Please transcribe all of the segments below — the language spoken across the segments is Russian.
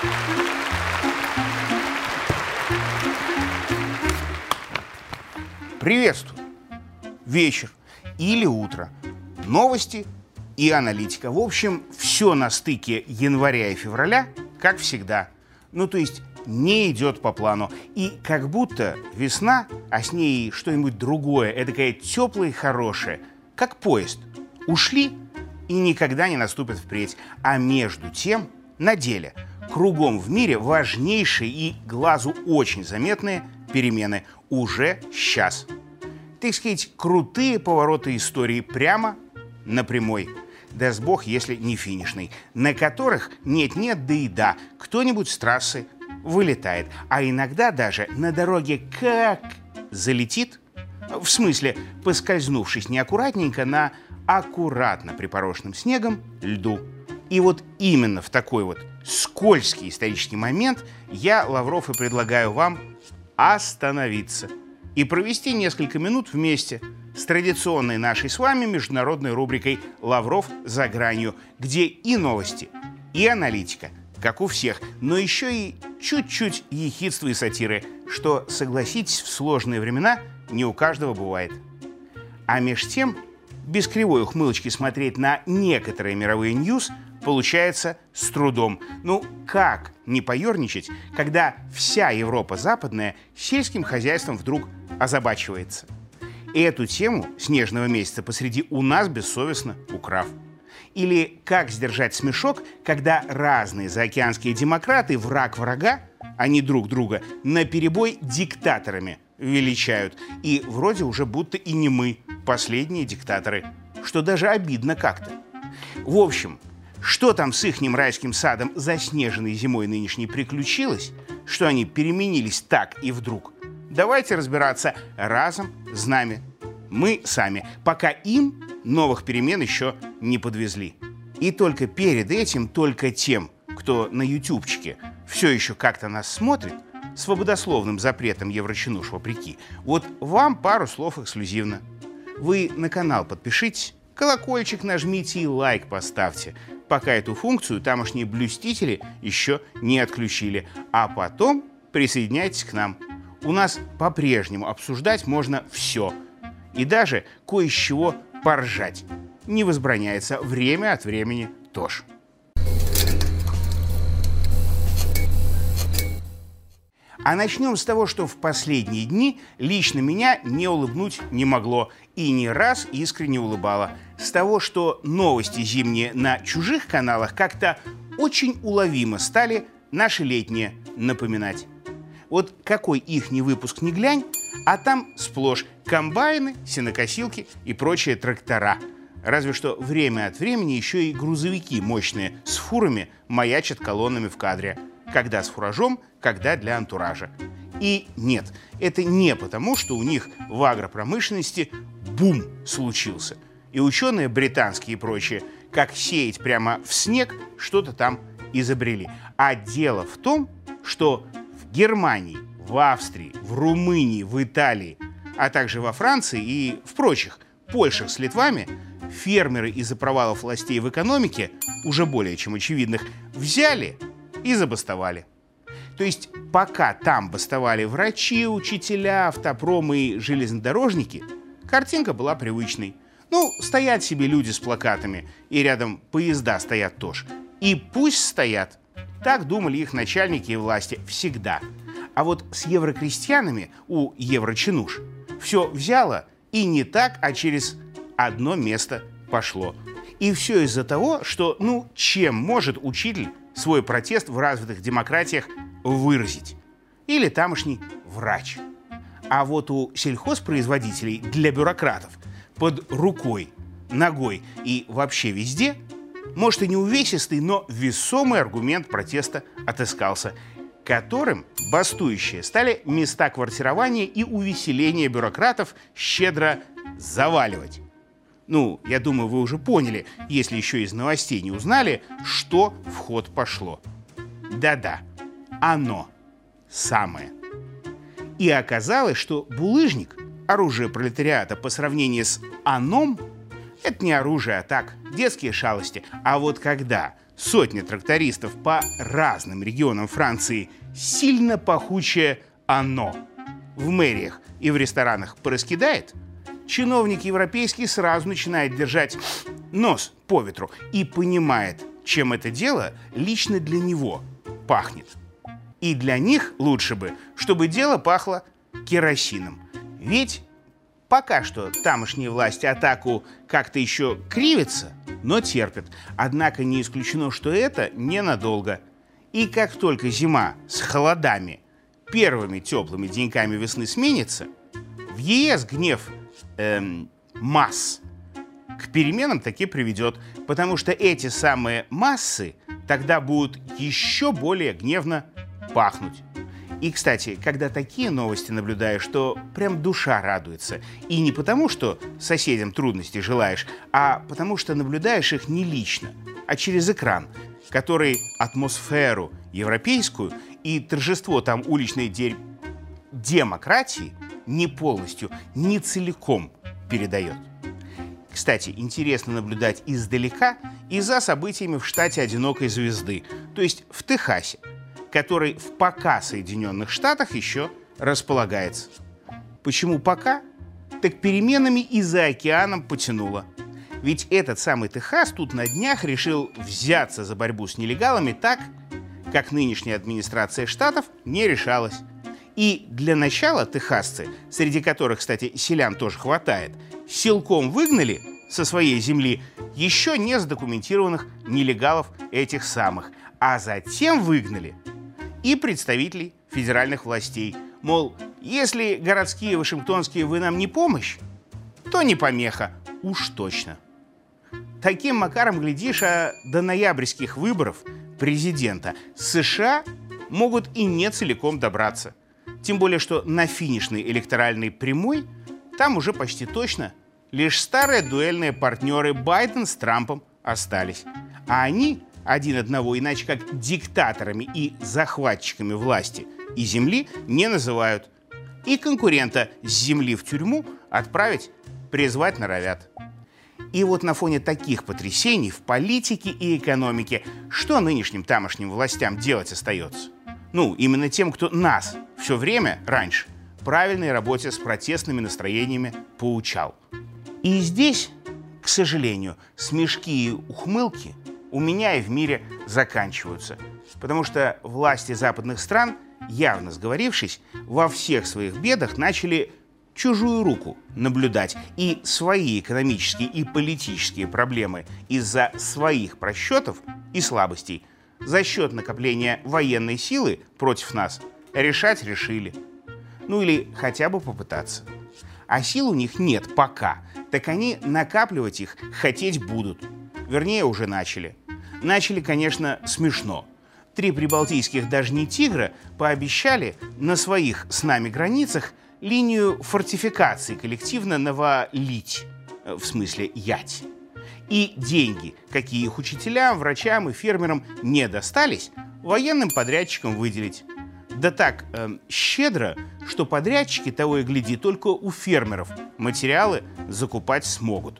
Приветствую! Вечер или утро. Новости и аналитика. В общем, все на стыке января и февраля, как всегда. Ну, то есть не идет по плану. И как будто весна, а с ней что-нибудь другое, эдакое теплое и хорошее, как поезд. Ушли и никогда не наступят впредь. А между тем, на деле, кругом в мире важнейшие и глазу очень заметные перемены уже сейчас. Так сказать, крутые повороты истории прямо на прямой. Даст бог, если не финишной, на которых нет-нет, да и да, кто-нибудь с трассы вылетает. А иногда даже на дороге как залетит, в смысле, поскользнувшись неаккуратненько на аккуратно припорошенным снегом льду. И вот именно в такой вот скользкий исторический момент я, Лавров, и предлагаю вам остановиться и провести несколько минут вместе с традиционной нашей с вами международной рубрикой «Лавров за гранью», где и новости, и аналитика, как у всех, но еще и чуть-чуть ехидства и сатиры, что, согласитесь, в сложные времена не у каждого бывает. А меж тем, без кривой ухмылочки смотреть на некоторые мировые ньюс получается с трудом. Ну, как не поерничать, когда вся Европа западная сельским хозяйством вдруг озабачивается? И эту тему снежного месяца посреди у нас бессовестно украв. Или как сдержать смешок, когда разные заокеанские демократы враг врага, они друг друга наперебой диктаторами величают. И вроде уже будто и не мы последние диктаторы, что даже обидно как-то. В общем, что там с ихним райским садом заснеженной зимой нынешней приключилось, что они переменились так и вдруг? Давайте разбираться разом с нами. Мы сами, пока им новых перемен еще не подвезли. И только перед этим, только тем, кто на ютубчике все еще как-то нас смотрит, свободословным запретом Еврочинуш вопреки, вот вам пару слов эксклюзивно. Вы на канал подпишитесь, колокольчик нажмите и лайк поставьте, пока эту функцию тамошние блюстители еще не отключили. А потом присоединяйтесь к нам. У нас по-прежнему обсуждать можно все. И даже кое с чего поржать. Не возбраняется, время от времени тоже. А начнем с того, что в последние дни лично меня не улыбнуть не могло. И не раз искренне улыбало. С того, что новости зимние на чужих каналах как-то очень уловимо стали наши летние напоминать. Вот какой ихний выпуск не глянь, а там сплошь комбайны, сенокосилки и прочие трактора. Разве что время от времени еще и грузовики мощные с фурами маячат колоннами в кадре. Когда с фуражом, когда для антуража. И нет, это не потому, что у них в агропромышленности бум случился. И ученые британские и прочие, как сеять прямо в снег, что-то там изобрели. А дело в том, что в Германии, в Австрии, в Румынии, в Италии, а также во Франции и в прочих Польшах с Литвами фермеры из-за провалов властей в экономике, уже более чем очевидных, взяли и забастовали. То есть пока там бастовали врачи, учителя, автопромы и железнодорожники, картинка была привычной. Ну, стоят себе люди с плакатами, и рядом поезда стоят тоже. И пусть стоят. Так думали их начальники и власти всегда. А вот с еврокрестьянами у Еврочинуш все взяло и не так, а через одно место пошло. И все из-за того, что, чем может учитель свой протест в развитых демократиях выразить? Или тамошний врач. А вот у сельхозпроизводителей для бюрократов под рукой, ногой и вообще везде, может и не увесистый, но весомый аргумент протеста отыскался, которым бастующие стали места квартирования и увеселения бюрократов щедро заваливать. Я думаю, вы уже поняли, если еще из новостей не узнали, что в ход пошло. Да-да, оно самое. И оказалось, что булыжник, оружие пролетариата по сравнению с оном, это не оружие, а так, детские шалости. А вот когда сотни трактористов по разным регионам Франции сильно пахучее «оно» в мэриях и в ресторанах пораскидает, чиновник европейский сразу начинает держать нос по ветру и понимает, чем это дело лично для него пахнет. И для них лучше бы, чтобы дело пахло керосином. Ведь пока что тамошние власти атаку как-то еще кривятся, но терпят. Однако не исключено, что это ненадолго. И как только зима с холодами, первыми теплыми деньками весны сменится, в ЕС гнев масс к переменам таки приведет, потому что эти самые массы тогда будут еще более гневно пахнуть. И, кстати, когда такие новости наблюдаешь, то прям душа радуется. И не потому, что соседям трудностей желаешь, а потому что наблюдаешь их не лично, а через экран, который атмосферу европейскую и торжество там уличной демократии не полностью, не целиком передает. Кстати, интересно наблюдать издалека и за событиями в штате Одинокой Звезды, то есть в Техасе, который в пока Соединенных Штатах еще располагается. Почему пока? Так переменами и за океаном потянуло. Ведь этот самый Техас тут на днях решил взяться за борьбу с нелегалами так, как нынешняя администрация штатов не решалась. И для начала техасцы, среди которых, кстати, селян тоже хватает, силком выгнали со своей земли еще не задокументированных нелегалов этих самых, а затем выгнали и представителей федеральных властей. Мол, если городские вашингтонские вы нам не помощь, то не помеха, уж точно. Таким макаром, глядишь, до ноябрьских выборов президента США могут и не целиком добраться. Тем более, что на финишной электоральной прямой там уже почти точно лишь старые дуэльные партнеры Байден с Трампом остались. А они один одного иначе как диктаторами и захватчиками власти и земли не называют. И конкурента с земли в тюрьму отправить призвать норовят. И вот на фоне таких потрясений в политике и экономике что нынешним тамошним властям делать остается? Ну, именно тем, кто нас все время раньше правильной работе с протестными настроениями поучал. И здесь, к сожалению, смешки и ухмылки у меня и в мире заканчиваются. Потому что власти западных стран, явно сговорившись, во всех своих бедах начали чужую руку наблюдать и свои экономические и политические проблемы из-за своих просчетов и слабостей за счет накопления военной силы против нас решать решили. Ну или хотя бы попытаться. А сил у них нет пока, так они накапливать их хотеть будут. Вернее, уже начали. Начали, конечно, смешно. 3 прибалтийских даже не тигра пообещали на своих с нами границах линию фортификации коллективно навалить, в смысле ять. И деньги, какие их учителям, врачам и фермерам не достались, военным подрядчикам выделить. Да так щедро, что подрядчики, того и гляди, только у фермеров материалы закупать смогут.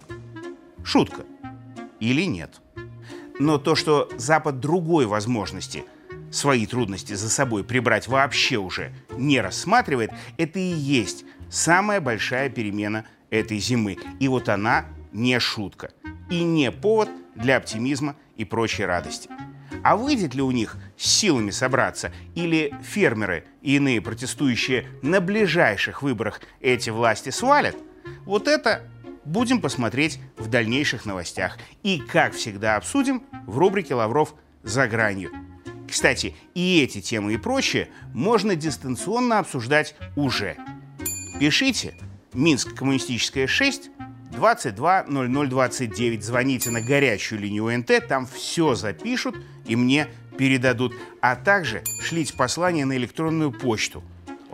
Шутка. Или нет? Но то, что Запад другой возможности свои трудности за собой прибрать вообще уже не рассматривает, это и есть самая большая перемена этой зимы. И вот она не шутка. И не повод для оптимизма и прочей радости. А выйдет ли у них с силами собраться, или фермеры и иные протестующие на ближайших выборах эти власти свалят, вот это будем посмотреть в дальнейших новостях. И, как всегда, обсудим в рубрике «Лавров за гранью». Кстати, и эти темы и прочее можно дистанционно обсуждать уже. Пишите Минск коммунистическая 6 22 00 29. Звоните на горячую линию УНТ, там все запишут и мне передадут. А также шлите послание на электронную почту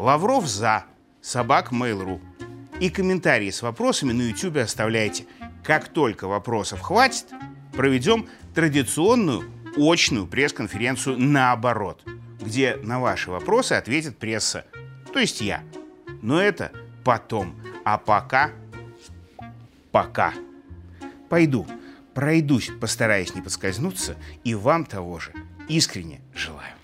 lavrovza@mail.ru. И комментарии с вопросами на YouTube оставляйте. Как только вопросов хватит, проведем традиционную очную пресс-конференцию наоборот, где на ваши вопросы ответит пресса, то есть я. Но это потом. А пока... Пойду Пройдусь, постараясь не подскользнуться, и вам того же искренне желаю.